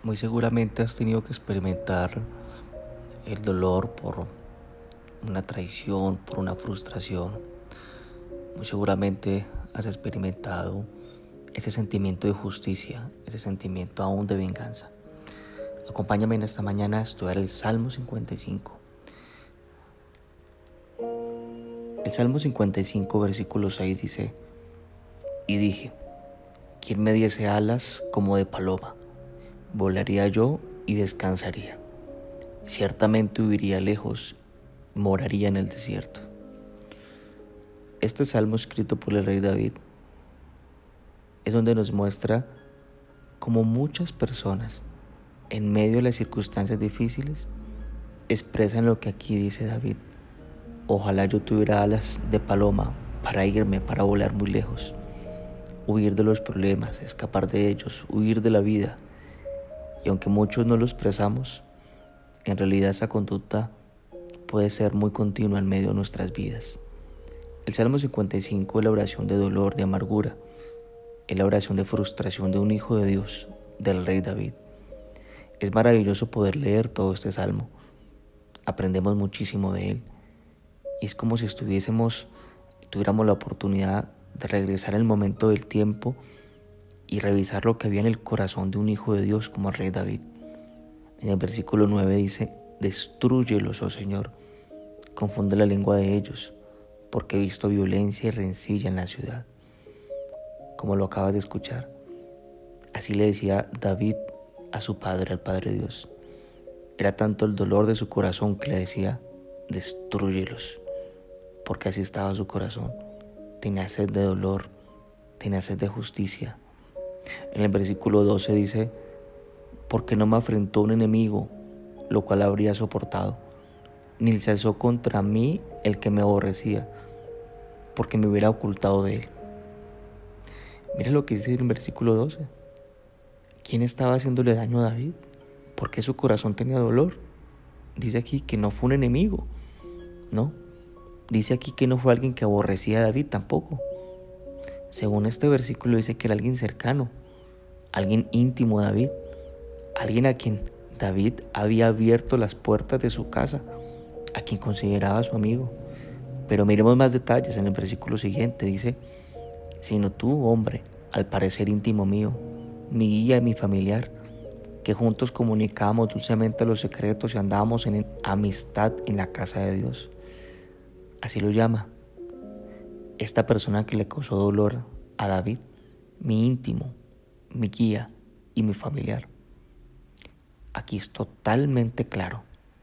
Muy seguramente has tenido que experimentar el dolor por una traición, por una frustración. Muy seguramente has experimentado ese sentimiento de justicia, ese sentimiento aún de venganza. Acompáñame en esta mañana a estudiar el Salmo 55. El Salmo 55, versículo 6 dice: Y dije, ¿quién me diese alas como de paloma? Volaría yo y descansaría. Ciertamente huiría lejos, moraría en el desierto. Este salmo escrito por el rey David es donde nos muestra cómo muchas personas, en medio de las circunstancias difíciles, expresan lo que aquí dice David. Ojalá yo tuviera alas de paloma para irme, para volar muy lejos, huir de los problemas, escapar de ellos, huir de la vida. Y aunque muchos no lo expresamos, en realidad esa conducta puede ser muy continua en medio de nuestras vidas. El Salmo 55 es la oración de dolor, de amargura, es la oración de frustración de un hijo de Dios, del rey David. Es maravilloso poder leer todo este salmo. Aprendemos muchísimo de él. Y es como si tuviéramos la oportunidad de regresar al momento del tiempo y revisar lo que había en el corazón de un hijo de Dios como el rey David. En el versículo 9 dice: Destrúyelos, oh Señor, confunde la lengua de ellos, porque he visto violencia y rencilla en la ciudad. Como lo acabas de escuchar, así le decía David a su padre, al Padre Dios. Era tanto el dolor de su corazón que le decía: destrúyelos, porque así estaba su corazón. Tenía sed de dolor, tenía sed de justicia. En el versículo 12 dice: porque no me afrentó un enemigo, lo cual habría soportado, ni se alzó contra mí el que me aborrecía, porque me hubiera ocultado de él. Mira lo que dice en el versículo 12. ¿Quién estaba haciéndole daño a David? ¿Por qué su corazón tenía dolor? Dice aquí que no fue un enemigo, no. Dice aquí que no fue alguien que aborrecía a David tampoco. Según este versículo dice que era alguien cercano, alguien íntimo a David, alguien a quien David había abierto las puertas de su casa, a quien consideraba su amigo. Pero miremos más detalles en el versículo siguiente. Dice: sino tú, hombre, al parecer íntimo mío, mi guía y mi familiar, que juntos comunicábamos dulcemente los secretos y andábamos en amistad en la casa de Dios. Así lo llama esta persona que le causó dolor a David: mi íntimo, mi guía y mi familiar. Aquí es totalmente claro.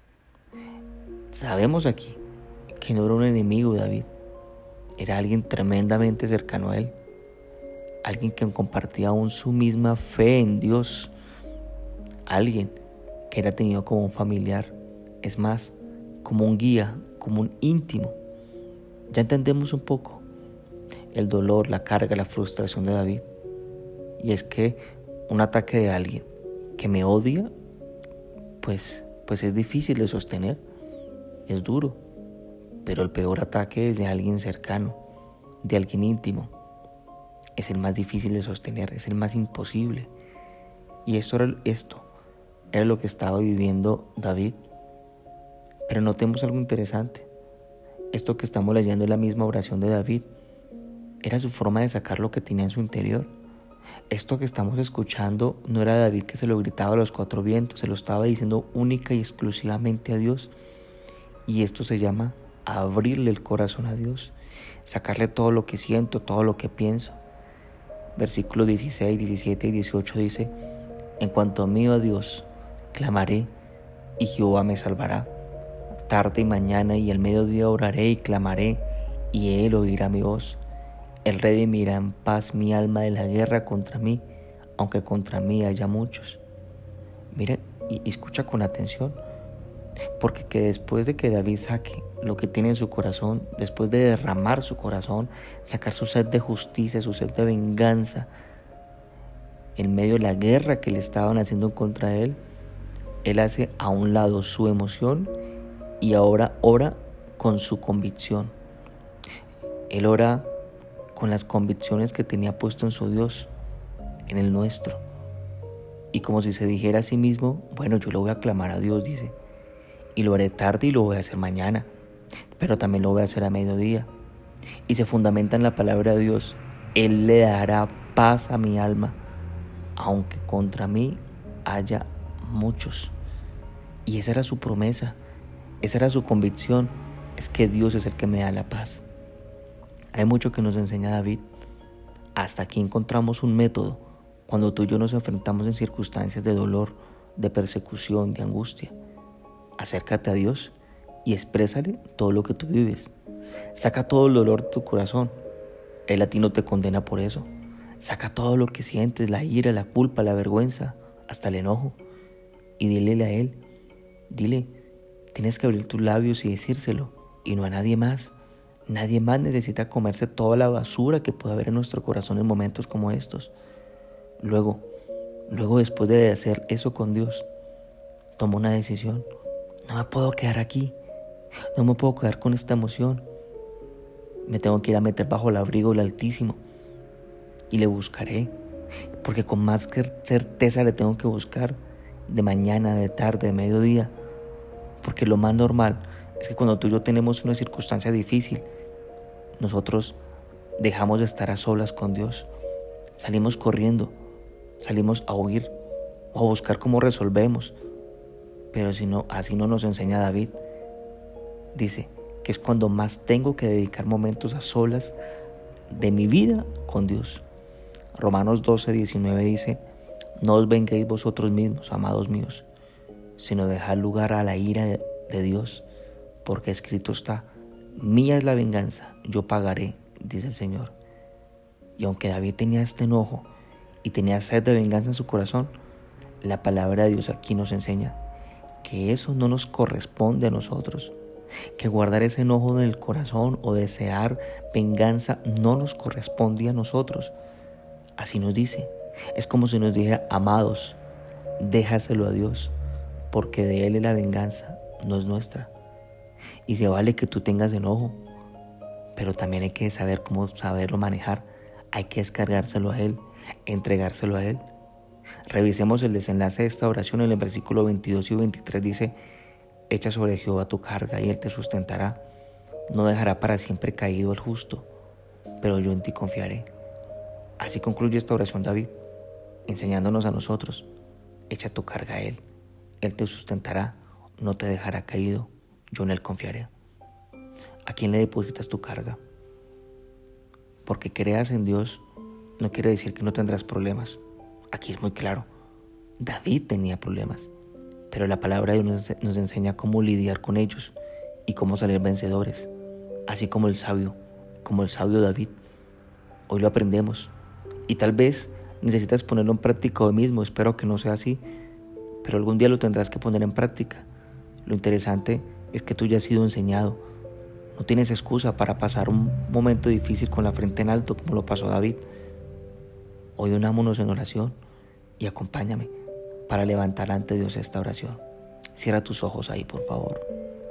Sabemos aquí que no era un enemigo de David, era alguien tremendamente cercano a él, alguien que compartía aún su misma fe en Dios, alguien que era tenido como un familiar, es más, como un guía, como un íntimo. Ya entendemos un poco el dolor, la carga, la frustración de David. Y es que un ataque de alguien que me odia, pues es difícil de sostener, es duro. Pero el peor ataque es de alguien cercano, de alguien íntimo. Es el más difícil de sostener, es el más imposible. Y esto era lo que estaba viviendo David. Pero notemos algo interesante. Esto que estamos leyendo es la misma oración de David. Era su forma de sacar lo que tenía en su interior. Esto que estamos escuchando no era David que se lo gritaba a los cuatro vientos, se lo estaba diciendo única y exclusivamente a Dios. Y esto se llama abrirle el corazón a Dios, sacarle todo lo que siento, todo lo que pienso. Versículos 16, 17 y 18 dice: en cuanto a mí, oh Dios, clamaré y Jehová me salvará. Tarde y mañana y al mediodía oraré y clamaré, y él oirá mi voz. Él redimirá en paz mi alma de la guerra contra mí, aunque contra mí haya muchos. Miren y escucha con atención, porque que después de que David saque lo que tiene en su corazón, después de derramar su corazón, sacar su sed de justicia, su sed de venganza, en medio de la guerra que le estaban haciendo en contra de él hace a un lado su emoción y ahora ora con su convicción. Él ora con las convicciones que tenía puesto en su Dios, en el nuestro. Y como si se dijera a sí mismo, bueno, yo lo voy a clamar a Dios, dice, y lo haré tarde y lo voy a hacer mañana, pero también lo voy a hacer a mediodía. Y se fundamenta en la palabra de Dios. Él le dará paz a mi alma, aunque contra mí haya muchos. Y esa era su promesa, esa era su convicción, es que Dios es el que me da la paz. Hay mucho que nos enseña David. Hasta aquí encontramos un método cuando tú y yo nos enfrentamos en circunstancias de dolor, de persecución, de angustia. Acércate a Dios y exprésale todo lo que tú vives. Saca todo el dolor de tu corazón. Él a ti no te condena por eso. Saca todo lo que sientes, la ira, la culpa, la vergüenza, hasta el enojo. Y dile a Él, dile, tienes que abrir tus labios y decírselo, y no a nadie más. Nadie más necesita comerse toda la basura que puede haber en nuestro corazón en momentos como estos. Luego después de hacer eso con Dios, toma una decisión. No me puedo quedar aquí. No me puedo quedar con esta emoción. Me tengo que ir a meter bajo el abrigo del Altísimo. Y le buscaré. Porque con más certeza le tengo que buscar. De mañana, de tarde, de mediodía. Porque lo más normal es que cuando tú y yo tenemos una circunstancia difícil, nosotros dejamos de estar a solas con Dios. Salimos corriendo. Salimos a huir o a buscar cómo resolvemos. Pero si no, así no nos enseña David. Dice que es cuando más tengo que dedicar momentos a solas de mi vida con Dios. Romanos 12:19 dice: no os venguéis vosotros mismos, amados míos, sino dejad lugar a la ira de Dios, porque escrito está: mía es la venganza, yo pagaré, dice el Señor. Y aunque David tenía este enojo y tenía sed de venganza en su corazón, la palabra de Dios aquí nos enseña que eso no nos corresponde a nosotros, que guardar ese enojo en el corazón o desear venganza no nos corresponde a nosotros. Así nos dice, es como si nos dijera: amados, déjaselo a Dios, porque de Él es la venganza, no es nuestra. Y se vale que tú tengas enojo, pero también hay que saber cómo saberlo manejar. Hay que descargárselo a Él, entregárselo a Él. Revisemos el desenlace de esta oración. En el versículo 22 y 23 dice: echa sobre Jehová tu carga y Él te sustentará. No dejará para siempre caído el justo, pero yo en ti confiaré. Así concluye esta oración David, enseñándonos a nosotros: echa tu carga a Él te sustentará, no te dejará caído, yo en Él confiaré. ¿A quién le depositas tu carga? Porque creas en Dios no quiere decir que no tendrás problemas. Aquí es muy claro, David tenía problemas, pero la palabra de Dios nos enseña cómo lidiar con ellos y cómo salir vencedores, así como el sabio David. Hoy lo aprendemos y tal vez necesitas ponerlo en práctica hoy mismo. Espero que no sea así, pero algún día lo tendrás que poner en práctica. Lo interesante es que tú ya has sido enseñado. No tienes excusa para pasar un momento difícil con la frente en alto como lo pasó David. Hoy unámonos en oración y acompáñame para levantar ante Dios esta oración. Cierra tus ojos ahí, por favor.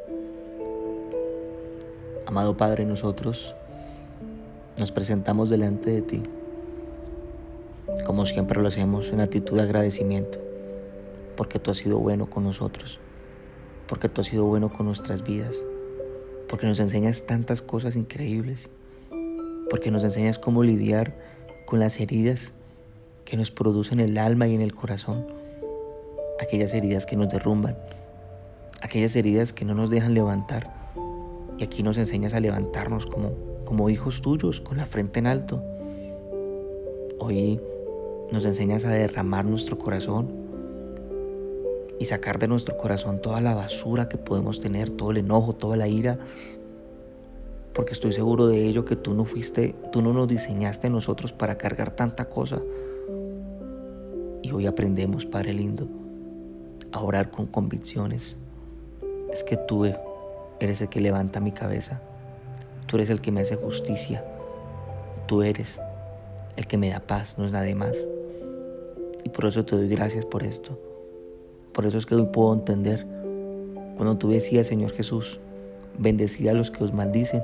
Amado Padre, nosotros nos presentamos delante de ti, como siempre lo hacemos, en actitud de agradecimiento, porque tú has sido bueno con nosotros, porque tú has sido bueno con nuestras vidas, porque nos enseñas tantas cosas increíbles, porque nos enseñas cómo lidiar con las heridas que nos producen el alma y en el corazón, aquellas heridas que nos derrumban, aquellas heridas que no nos dejan levantar. Y aquí nos enseñas a levantarnos como hijos tuyos, con la frente en alto. Hoy nos enseñas a derramar nuestro corazón y sacar de nuestro corazón toda la basura que podemos tener, todo el enojo, toda la ira, porque estoy seguro de ello que tú no nos diseñaste a nosotros para cargar tanta cosa. Y hoy aprendemos, Padre lindo, a orar con convicciones. Es que tú eres el que levanta mi cabeza, tú eres el que me hace justicia, tú eres el que me da paz, no es nadie más. Y por eso te doy gracias por esto. Por eso es que hoy puedo entender cuando tú decías, Señor Jesús: bendecid a los que os maldicen,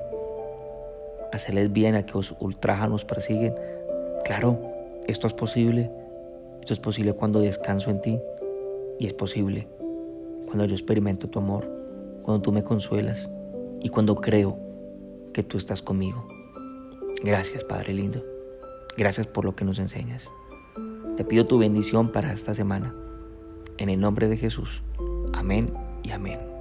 hacerles bien a que os ultrajan, os persiguen. Claro, esto es posible Esto es posible cuando descanso en ti y es posible cuando yo experimento tu amor, cuando tú me consuelas y cuando creo que tú estás conmigo. Gracias, Padre lindo. Gracias por lo que nos enseñas. Te pido tu bendición para esta semana. En el nombre de Jesús. Amén y amén.